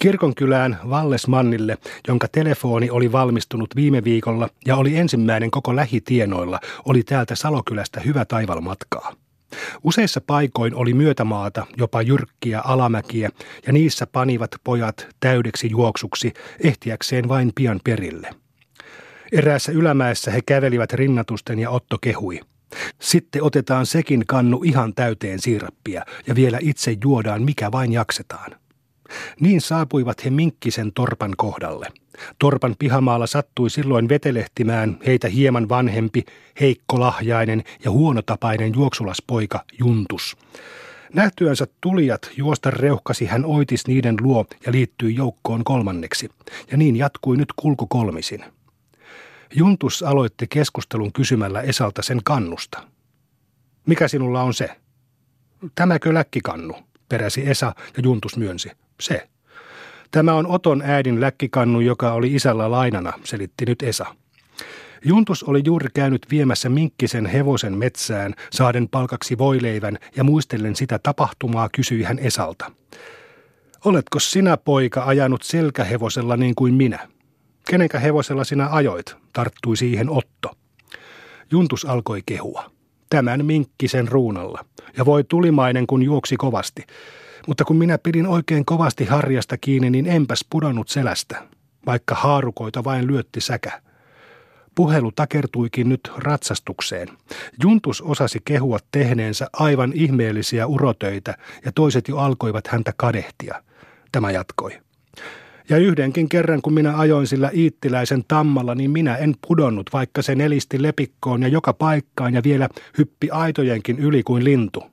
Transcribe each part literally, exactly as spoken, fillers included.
Kirkonkylään Vallesmannille, jonka telefoni oli valmistunut viime viikolla ja oli ensimmäinen koko lähitienoilla, oli täältä Salokylästä hyvä taival matkaa. Useissa paikoin oli myötämaata, jopa jyrkkiä alamäkiä, ja niissä panivat pojat täydeksi juoksuksi, ehtiäkseen vain pian perille. Eräässä ylämäessä he kävelivät rinnatusten ja Otto kehui. Sitten otetaan sekin kannu ihan täyteen siirappia ja vielä itse juodaan mikä vain jaksetaan. Niin saapuivat he Minkkisen torpan kohdalle. Torpan pihamaalla sattui silloin vetelehtimään heitä hieman vanhempi, heikkolahjainen ja huonotapainen juoksulaspoika Juntus. Nähtyänsä tulijat juosta reuhkasi hän oitis niiden luo ja liittyi joukkoon kolmanneksi. Ja niin jatkui nyt kulku kolmisin. Juntus aloitti keskustelun kysymällä Esalta sen kannusta. Mikä sinulla on se? Tämäkö läkkikannu, peräsi Esa ja Juntus myönsi. Se. Tämä on Oton äidin läkkikannu, joka oli isällä lainana, selitti nyt Esa. Juntus oli juuri käynyt viemässä Minkkisen hevosen metsään, saaden palkaksi voileivän ja muistellen sitä tapahtumaa kysyi hän Esalta. Oletko sinä poika ajanut selkähevosella niin kuin minä? Kenenkä hevosella sinä ajoit, tarttui siihen Otto. Juntus alkoi kehua. Tämän Minkkisen ruunalla. Ja voi tulimainen, kun juoksi kovasti. Mutta kun minä pidin oikein kovasti harjasta kiinni, niin enpäs pudonnut selästä, vaikka haarukoita vain lyötti säkä. Puhelu takertuikin nyt ratsastukseen. Juntus osasi kehua tehneensä aivan ihmeellisiä urotöitä, ja toiset jo alkoivat häntä kadehtia. Tämä jatkoi. Ja yhdenkin kerran, kun minä ajoin sillä iittiläisen tammalla, niin minä en pudonnut, vaikka se nelisti lepikkoon ja joka paikkaan ja vielä hyppi aitojenkin yli kuin lintu.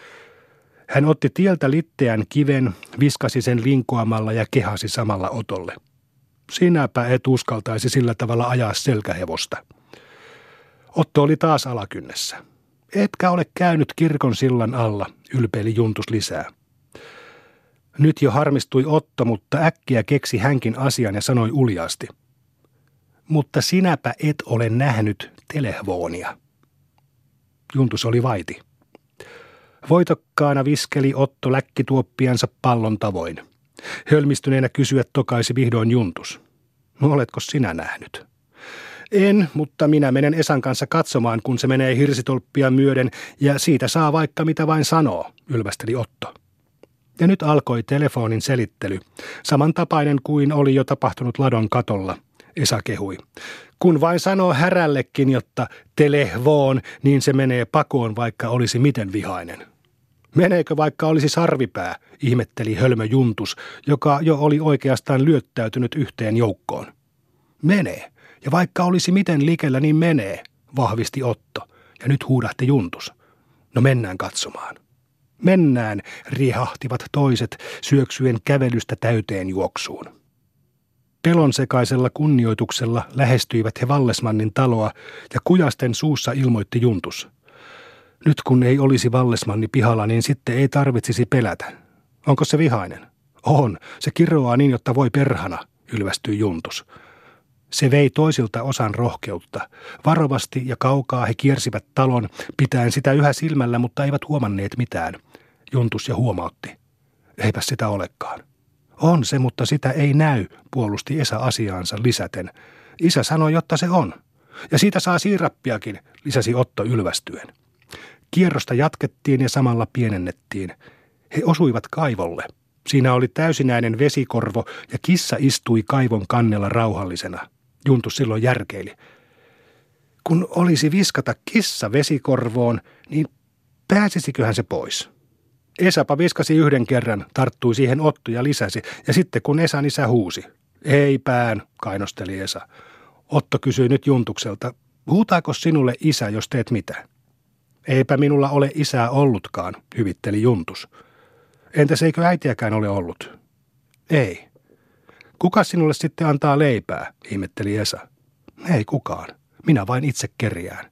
Hän otti tieltä litteän kiven, viskasi sen linkoamalla ja kehasi samalla Otolle. Sinäpä et uskaltaisi sillä tavalla ajaa selkähevosta. Otto oli taas alakynnessä. Etkä ole käynyt kirkon sillan alla, ylpeili Juntus lisää. Nyt jo harmistui Otto, mutta äkkiä keksi hänkin asian ja sanoi uljaasti. Mutta sinäpä et ole nähnyt telehvoonia. Juntus oli vaiti. Voitokkaana viskeli Otto läkkituoppiansa pallon tavoin. Hölmistyneenä kysyä tokaisi vihdoin Juntus. No, oletko sinä nähnyt? En, mutta minä menen Esan kanssa katsomaan, kun se menee hirsitolppia myöden, ja siitä saa vaikka mitä vain sanoo, ylvästeli Otto. Ja nyt alkoi telefonin selittely, samantapainen kuin oli jo tapahtunut ladon katolla, Esa kehui. Kun vain sanoo härällekin, jotta telehvoon, niin se menee pakoon, vaikka olisi miten vihainen. Meneekö vaikka olisi sarvipää, ihmetteli hölmö Juntus, joka jo oli oikeastaan lyöttäytynyt yhteen joukkoon. Menee, ja vaikka olisi miten likellä, niin menee, vahvisti Otto, ja nyt huudahti Juntus. No mennään katsomaan. Mennään, riehahtivat toiset syöksyen kävelystä täyteen juoksuun. Pelonsekaisella kunnioituksella lähestyivät he Vallesmannin taloa ja kujasten suussa ilmoitti Juntus. Nyt kun ei olisi Vallesmanni pihalla, niin sitten ei tarvitsisi pelätä. Onko se vihainen? On, se kiroaa niin, jotta voi perhana, ylvästyi Juntus. Se vei toisilta osan rohkeutta. Varovasti ja kaukaa he kiersivät talon, pitäen sitä yhä silmällä, mutta eivät huomanneet mitään. Juntus ja huomautti. Eipä sitä olekaan. On se, mutta sitä ei näy, puolusti Esa asiaansa lisäten. Isä sanoi, jotta se on. Ja siitä saa siirappiakin, lisäsi Otto ylvästyen. Kierrosta jatkettiin ja samalla pienennettiin. He osuivat kaivolle. Siinä oli täysinäinen vesikorvo ja kissa istui kaivon kannella rauhallisena. Juntus silloin järkeili. Kun olisi viskata kissa vesikorvoon, niin pääsisiköhän se pois? Esapa viskasi yhden kerran, tarttui siihen Otto ja lisäsi, ja sitten kun Esan isä huusi. Ei pään, kainosteli Esa. Otto kysyi nyt Juntukselta, huutaako sinulle isä, jos teet mitä? Eipä minulla ole isää ollutkaan, hyvitteli Juntus. Entäs eikö äitiäkään ole ollut? Ei. Kuka sinulle sitten antaa leipää, ihmetteli Esa. Ei kukaan, minä vain itse kerjään.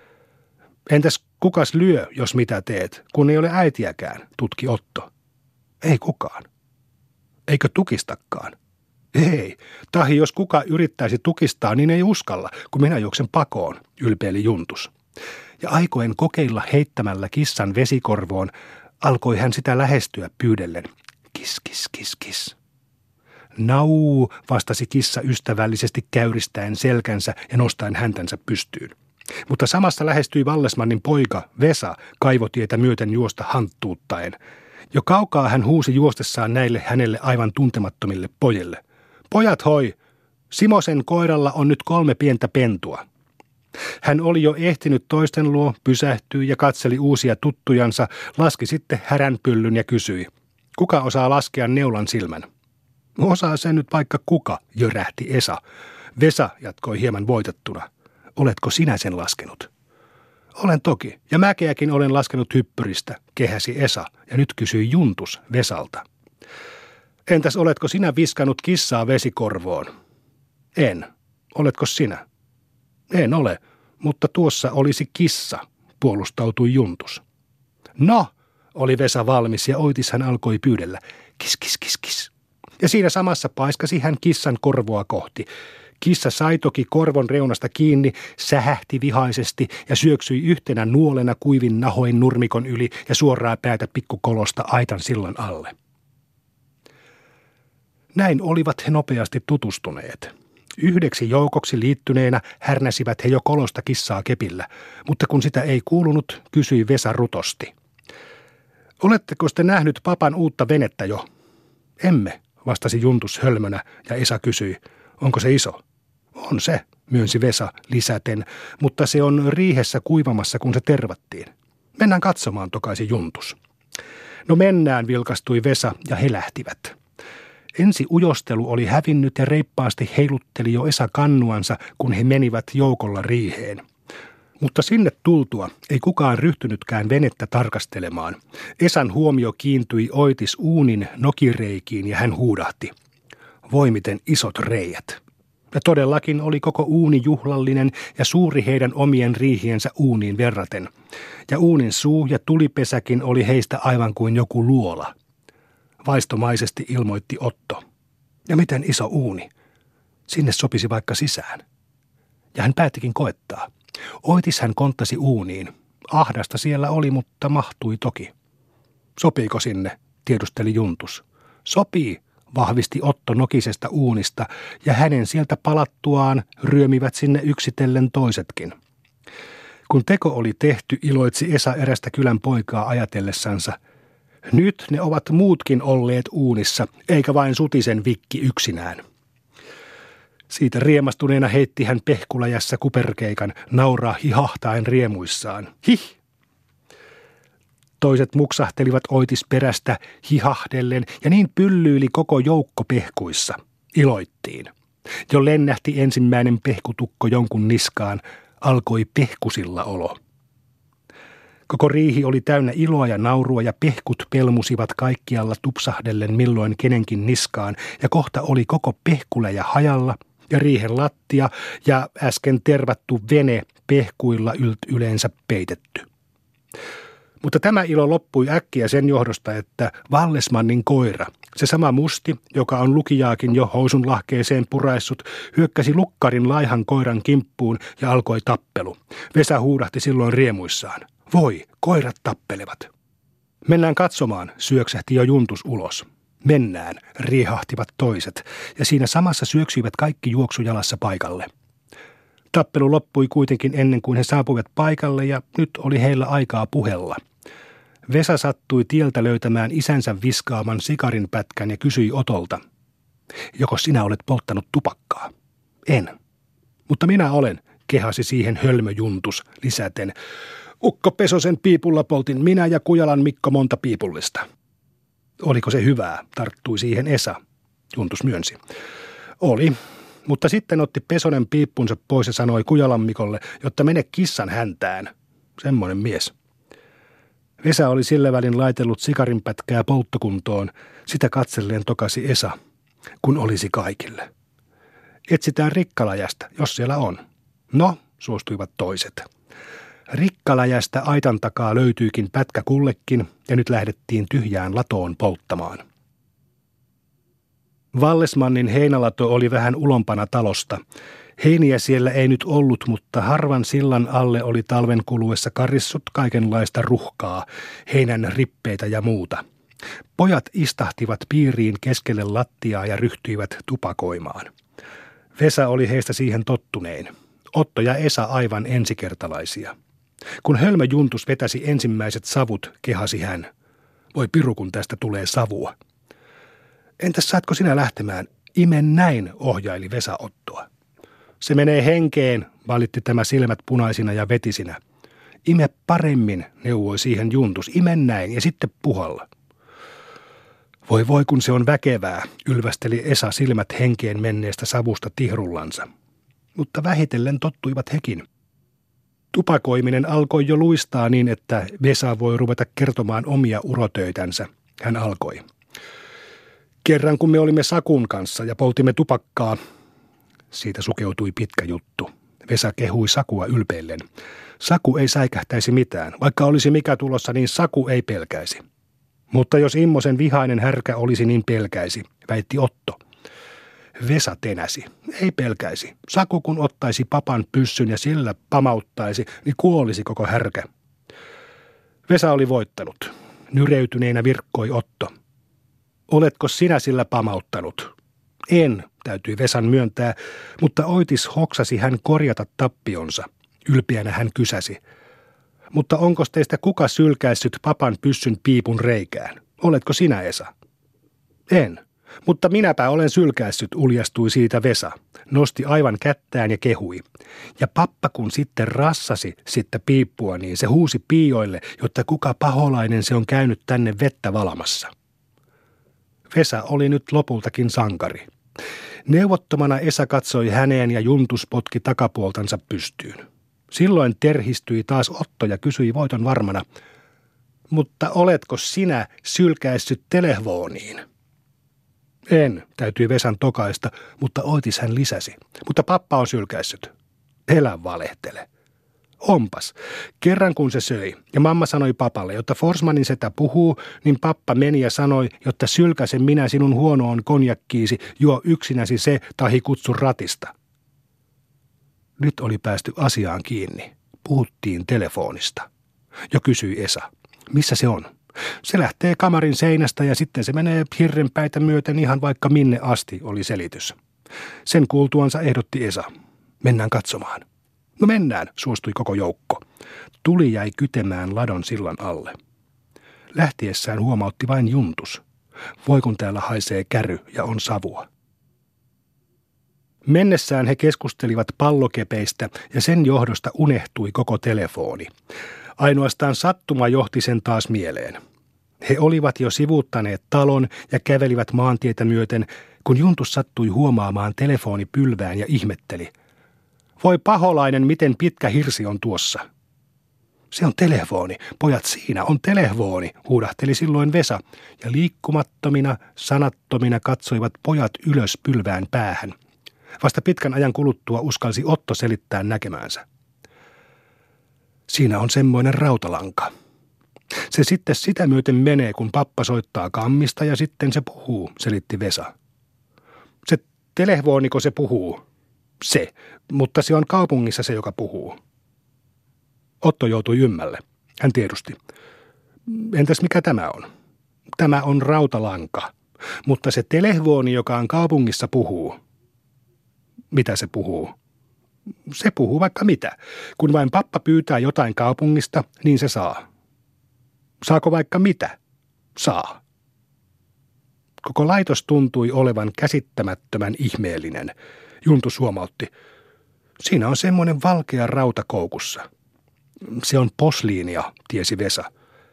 Entäs kukas lyö, jos mitä teet, kun ei ole äitiäkään, tutki Otto. Ei kukaan. Eikö tukistakaan? Ei, tahi jos kuka yrittäisi tukistaa, niin ei uskalla, kun minä juoksen pakoon, ylpeili Juntus. Ja aikoen kokeilla heittämällä kissan vesikorvoon, alkoi hän sitä lähestyä pyydellen. Kis, kis, kis, kis. Nau, vastasi kissa ystävällisesti käyristäen selkänsä ja nostaen häntänsä pystyyn. Mutta samassa lähestyi Vallesmannin poika Vesa kaivotietä myöten juosta hanttuuttaen. Jo kaukaa hän huusi juostessaan näille hänelle aivan tuntemattomille pojille. Pojat hoi! Simosen koiralla on nyt kolme pientä pentua. Hän oli jo ehtinyt toisten luo, pysähtyi ja katseli uusia tuttujansa, laski sitten häränpyllyn ja kysyi. Kuka osaa laskea neulan silmän? Osaa sen nyt vaikka kuka, jörähti Esa. Vesa jatkoi hieman voitettuna. Oletko sinä sen laskenut? Olen toki, ja mäkeäkin olen laskenut hyppyristä, kehäsi Esa, ja nyt kysyi Juntus Vesalta. Entäs oletko sinä viskannut kissaa vesikorvoon? En. Oletko sinä? En ole, mutta tuossa olisi kissa, puolustautui Juntus. No, oli Vesa valmis ja Oitis hän alkoi pyydellä. Kis, kis, kis, kis. Ja siinä samassa paiskasi hän kissan korvoa kohti. Kissa sai toki korvon reunasta kiinni, sähähti vihaisesti ja syöksyi yhtenä nuolena kuivin nahoin nurmikon yli ja suoraa päätä pikkukolosta aitan sillan alle. Näin olivat he nopeasti tutustuneet. Yhdeksi joukoksi liittyneenä härnäsivät he jo kolosta kissaa kepillä, mutta kun sitä ei kuulunut, kysyi Vesa rutosti. Oletteko te nähnyt papan uutta venettä jo? Emme, vastasi Juntus hölmönä ja Esa kysyi, onko se iso? On se, myönsi Vesa lisäten, mutta se on riihessä kuivamassa, kun se tervattiin. Mennään katsomaan, tokaisi Juntus. No mennään, vilkastui Vesa ja he lähtivät. Ensi ujostelu oli hävinnyt ja reippaasti heilutteli jo Esa kannuansa, kun he menivät joukolla riiheen. Mutta sinne tultua ei kukaan ryhtynytkään venettä tarkastelemaan. Esan huomio kiintyi Oitis uunin nokireikiin ja hän huudahti. Voi miten isot reijät. Ja todellakin oli koko uuni juhlallinen ja suuri heidän omien riihiensä uuniin verraten. Ja uunin suu ja tulipesäkin oli heistä aivan kuin joku luola. Vaistomaisesti ilmoitti Otto. Ja miten iso uuni. Sinne sopisi vaikka sisään. Ja hän päättikin koettaa. Oitis hän konttasi uuniin. Ahdasta siellä oli, mutta mahtui toki. Sopiiko sinne, tiedusteli Juntus. Sopii, vahvisti Otto nokisesta uunista, ja hänen sieltä palattuaan ryömivät sinne yksitellen toisetkin. Kun teko oli tehty, iloitsi Esa erästä kylän poikaa ajatellessansa. Nyt ne ovat muutkin olleet uunissa, eikä vain Sutisen Vikki yksinään. Siitä riemastuneena heitti hän pehkulajassa kuperkeikan, nauraa hihahtaen riemuissaan. Hih! Toiset muksahtelivat Oitis perästä hihahdellen ja niin pyllyili koko joukko pehkuissa. Iloittiin. Jo lennähti ensimmäinen pehkutukko jonkun niskaan, alkoi pehkusilla olo. Koko riihi oli täynnä iloa ja naurua ja pehkut pelmusivat kaikkialla tupsahdellen milloin kenenkin niskaan ja kohta oli koko pehkuläjä hajalla ja riihen lattia ja äsken tervattu vene pehkuilla yleensä peitetty. Mutta tämä ilo loppui äkkiä sen johdosta, että Vallesmannin koira, se sama musti, joka on lukijaakin jo housun lahkeeseen puraissut, hyökkäsi lukkarin laihan koiran kimppuun ja alkoi tappelu. Vesa huudahti silloin riemuissaan. Voi, koirat tappelevat. Mennään katsomaan, syöksähti jo Juntus ulos. Mennään, riehahtivat toiset, ja siinä samassa syöksyivät kaikki juoksujalassa paikalle. Tappelu loppui kuitenkin ennen kuin he saapuivat paikalle, ja nyt oli heillä aikaa puhella. Vesa sattui tieltä löytämään isänsä viskaaman sikarinpätkän ja kysyi Otolta. Joko sinä olet polttanut tupakkaa? En. Mutta minä olen, kehasi siihen hölmö Juntus lisäten. Ukko Pesosen piipulla poltin minä ja Kujalan Mikko monta piipullista. Oliko se hyvää, tarttui siihen Esa. Juntus myönsi. Oli, mutta sitten otti Pesonen piippunsa pois ja sanoi Kujalan Mikolle, jotta mene kissan häntään. Semmoinen mies. Vesa oli sillä välin laitellut sikarinpätkää polttokuntoon, sitä katselleen tokasi Esa, kun olisi kaikille. Etsitään Rikkalajasta, jos siellä on. No, suostuivat toiset. Rikkalajasta aitan takaa löytyikin pätkä kullekin ja nyt lähdettiin tyhjään latoon polttamaan. Vallesmannin heinälato oli vähän ulompana talosta. Heiniä siellä ei nyt ollut, mutta harvan sillan alle oli talven kuluessa karissut kaikenlaista ruhkaa, heinän rippeitä ja muuta. Pojat istahtivat piiriin keskelle lattiaa ja ryhtyivät tupakoimaan. Vesa oli heistä siihen tottunein. Otto ja Esa aivan ensikertalaisia. Kun hölmö Juntus vetäsi ensimmäiset savut, kehasi hän. Voi piru, kun tästä tulee savua. Entäs saatko sinä lähtemään? Ime näin, ohjaili Vesa Ottoa. Se menee henkeen, valitti tämä silmät punaisina ja vetisinä. Ime paremmin, neuvoi siihen Juntus. Ime näin ja sitten puhalla. Voi voi, kun se on väkevää, ylvästeli Esa silmät henkeen menneestä savusta tihrullansa. Mutta vähitellen tottuivat hekin. Tupakoiminen alkoi jo luistaa niin, että Vesa voi ruveta kertomaan omia urotöitänsä. Hän alkoi. Kerran kun me olimme Sakun kanssa ja poltimme tupakkaa, siitä sukeutui pitkä juttu. Vesa kehui Sakua ylpeillen. Saku ei säikähtäisi mitään. Vaikka olisi mikä tulossa, niin Saku ei pelkäisi. Mutta jos Immosen vihainen härkä olisi, niin pelkäisi, väitti Otto. Vesa tenäsi. Ei pelkäisi. Saku kun ottaisi papan pyssyn ja sillä pamauttaisi, niin kuolisi koko härkä. Vesa oli voittanut. Nyreytyneenä virkkoi Otto. Oletko sinä sillä pamauttanut? En, täytyi Vesan myöntää, mutta Oitis hoksasi hän korjata tappionsa. Ylpeänä hän kysäsi. Mutta onko teistä kuka sylkäissyt papan pyssyn piipun reikään? Oletko sinä, Esa? En. Mutta minäpä olen sylkäissyt, uljastui siitä Vesa. Nosti aivan kättään ja kehui. Ja pappa kun sitten rassasi sitten piippua, niin se huusi piioille, jotta kuka paholainen se on käynyt tänne vettä valamassa. Vesa oli nyt lopultakin sankari. Neuvottomana Esa katsoi häneen ja Juntus potki takapuoltansa pystyyn. Silloin terhistyi taas Otto ja kysyi voiton varmana. Mutta oletko sinä sylkäissyt telehvooniin? En, täytyi Vesan tokaista, mutta Oitis hän lisäsi. Mutta pappa on sylkäissyt. Elä valehtele. Onpas. Kerran kun se söi, ja mamma sanoi papalle, jotta Forsmanin setä puhuu, niin pappa meni ja sanoi, jotta sylkäsen minä sinun huonoon konjakkiisi, juo yksinäsi se tahi kutsu ratista. Nyt oli päästy asiaan kiinni. Puhuttiin telefonista. Jo kysyi Esa. Missä se on? Se lähtee kamarin seinästä ja sitten se menee hirrenpäitä myöten ihan vaikka minne asti, oli selitys. Sen kuultuansa ehdotti Esa. Mennään katsomaan. No mennään, suostui koko joukko. Tuli jäi kytemään ladon sillan alle. Lähtiessään huomautti vain Juntus. Voi kun täällä haisee käry ja on savua. Mennessään he keskustelivat pallokepeistä ja sen johdosta unehtui koko telefoni. Ainoastaan sattuma johti sen taas mieleen. He olivat jo sivuuttaneet talon ja kävelivät maantietä myöten, kun Juntus sattui huomaamaan telefonipylvään ja ihmetteli. Voi paholainen, miten pitkä hirsi on tuossa. Se on telefoni, pojat siinä on telefoni, huudahteli silloin Vesa, ja liikkumattomina, sanattomina katsoivat pojat ylös pylvään päähän. Vasta pitkän ajan kuluttua uskalsi Otto selittää näkemäänsä. Siinä on semmoinen rautalanka. Se sitten sitä myöten menee, kun pappa soittaa kammista ja sitten se puhuu, selitti Vesa. Se telefoniko se puhuu? Se, mutta se on kaupungissa se, joka puhuu. Otto joutui ymmälle. Hän tiedusti. Entäs mikä tämä on? Tämä on rautalanka, mutta se telefoni, joka on kaupungissa, puhuu. Mitä se puhuu? Se puhuu vaikka mitä. Kun vain pappa pyytää jotain kaupungista, niin se saa. Saako vaikka mitä? Saa. Koko laitos tuntui olevan käsittämättömän ihmeellinen. Juntus huomautti. Siinä on semmoinen valkea rauta koukussa. Se on posliinia, tiesi Vesa.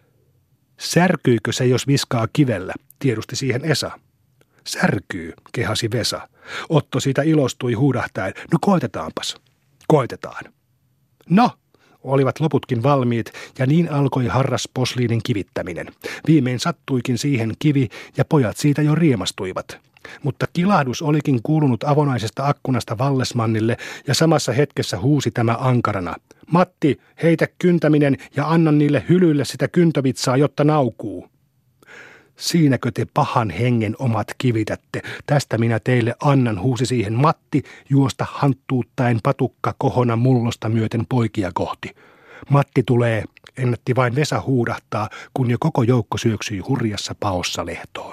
Särkyykö se, jos viskaa kivellä, tiedusti siihen Esa. Särkyy, kehasi Vesa. Otto siitä ilostui huudahtaen. No koitetaanpas. Koitetaan. No, olivat loputkin valmiit ja niin alkoi harras posliinin kivittäminen. Viimein sattuikin siihen kivi ja pojat siitä jo riemastuivat. Mutta kilahdus olikin kuulunut avonaisesta akkunasta Vallesmannille ja samassa hetkessä huusi tämä ankarana. Matti, heitä kyntäminen ja anna niille hylyille sitä kyntovitsaa, jotta naukuu. Siinäkö te pahan hengen omat kivitätte? Tästä minä teille annan, huusi siihen Matti, juosta hanttuuttaen patukka kohona mullosta myöten poikia kohti. Matti tulee, ennätti vain Vesa huudahtaa, kun jo koko joukko syöksyi hurjassa paossa lehtoon.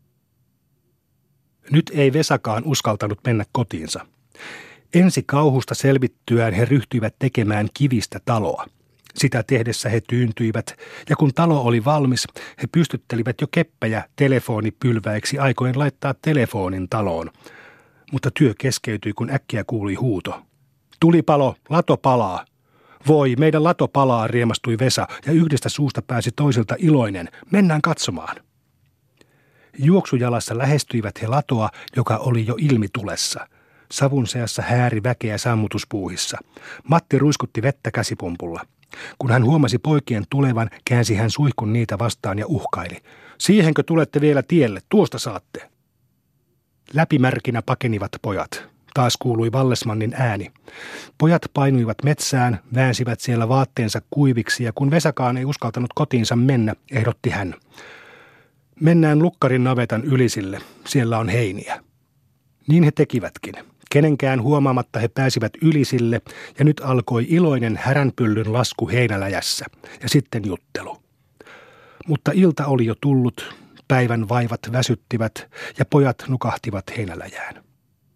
Nyt ei Vesakaan uskaltanut mennä kotiinsa. Ensi kauhusta selvittyään he ryhtyivät tekemään kivistä taloa. Sitä tehdessä he tyyntyivät, ja kun talo oli valmis, he pystyttelivät jo keppejä telefonipylväiksi aikoen laittaa telefonin taloon. Mutta työ keskeytyi, kun äkkiä kuuli huuto. Tulipalo, lato palaa. Voi, meidän lato palaa, riemastui Vesa, ja yhdestä suusta pääsi toiselta iloinen. Mennään katsomaan. Juoksujalassa lähestyivät he latoa, joka oli jo ilmitulessa. Savun seassa hääri väkeä sammutuspuuhissa. Matti ruiskutti vettä käsipumpulla. Kun hän huomasi poikien tulevan, käänsi hän suihkun niitä vastaan ja uhkaili. Siihenkö tulette vielä tielle, tuosta saatte. Läpimärkinä pakenivat pojat. Taas kuului Vallesmannin ääni. Pojat painuivat metsään, väänsivät siellä vaatteensa kuiviksi, ja kun Vesakaan ei uskaltanut kotiinsa mennä, ehdotti hän. Mennään Lukkarin navetan ylisille, siellä on heiniä. Niin he tekivätkin. Kenenkään huomaamatta he pääsivät ylisille, ja nyt alkoi iloinen häränpyllyn lasku heinäläjässä, ja sitten juttelu. Mutta ilta oli jo tullut, päivän vaivat väsyttivät, ja pojat nukahtivat heinäläjään.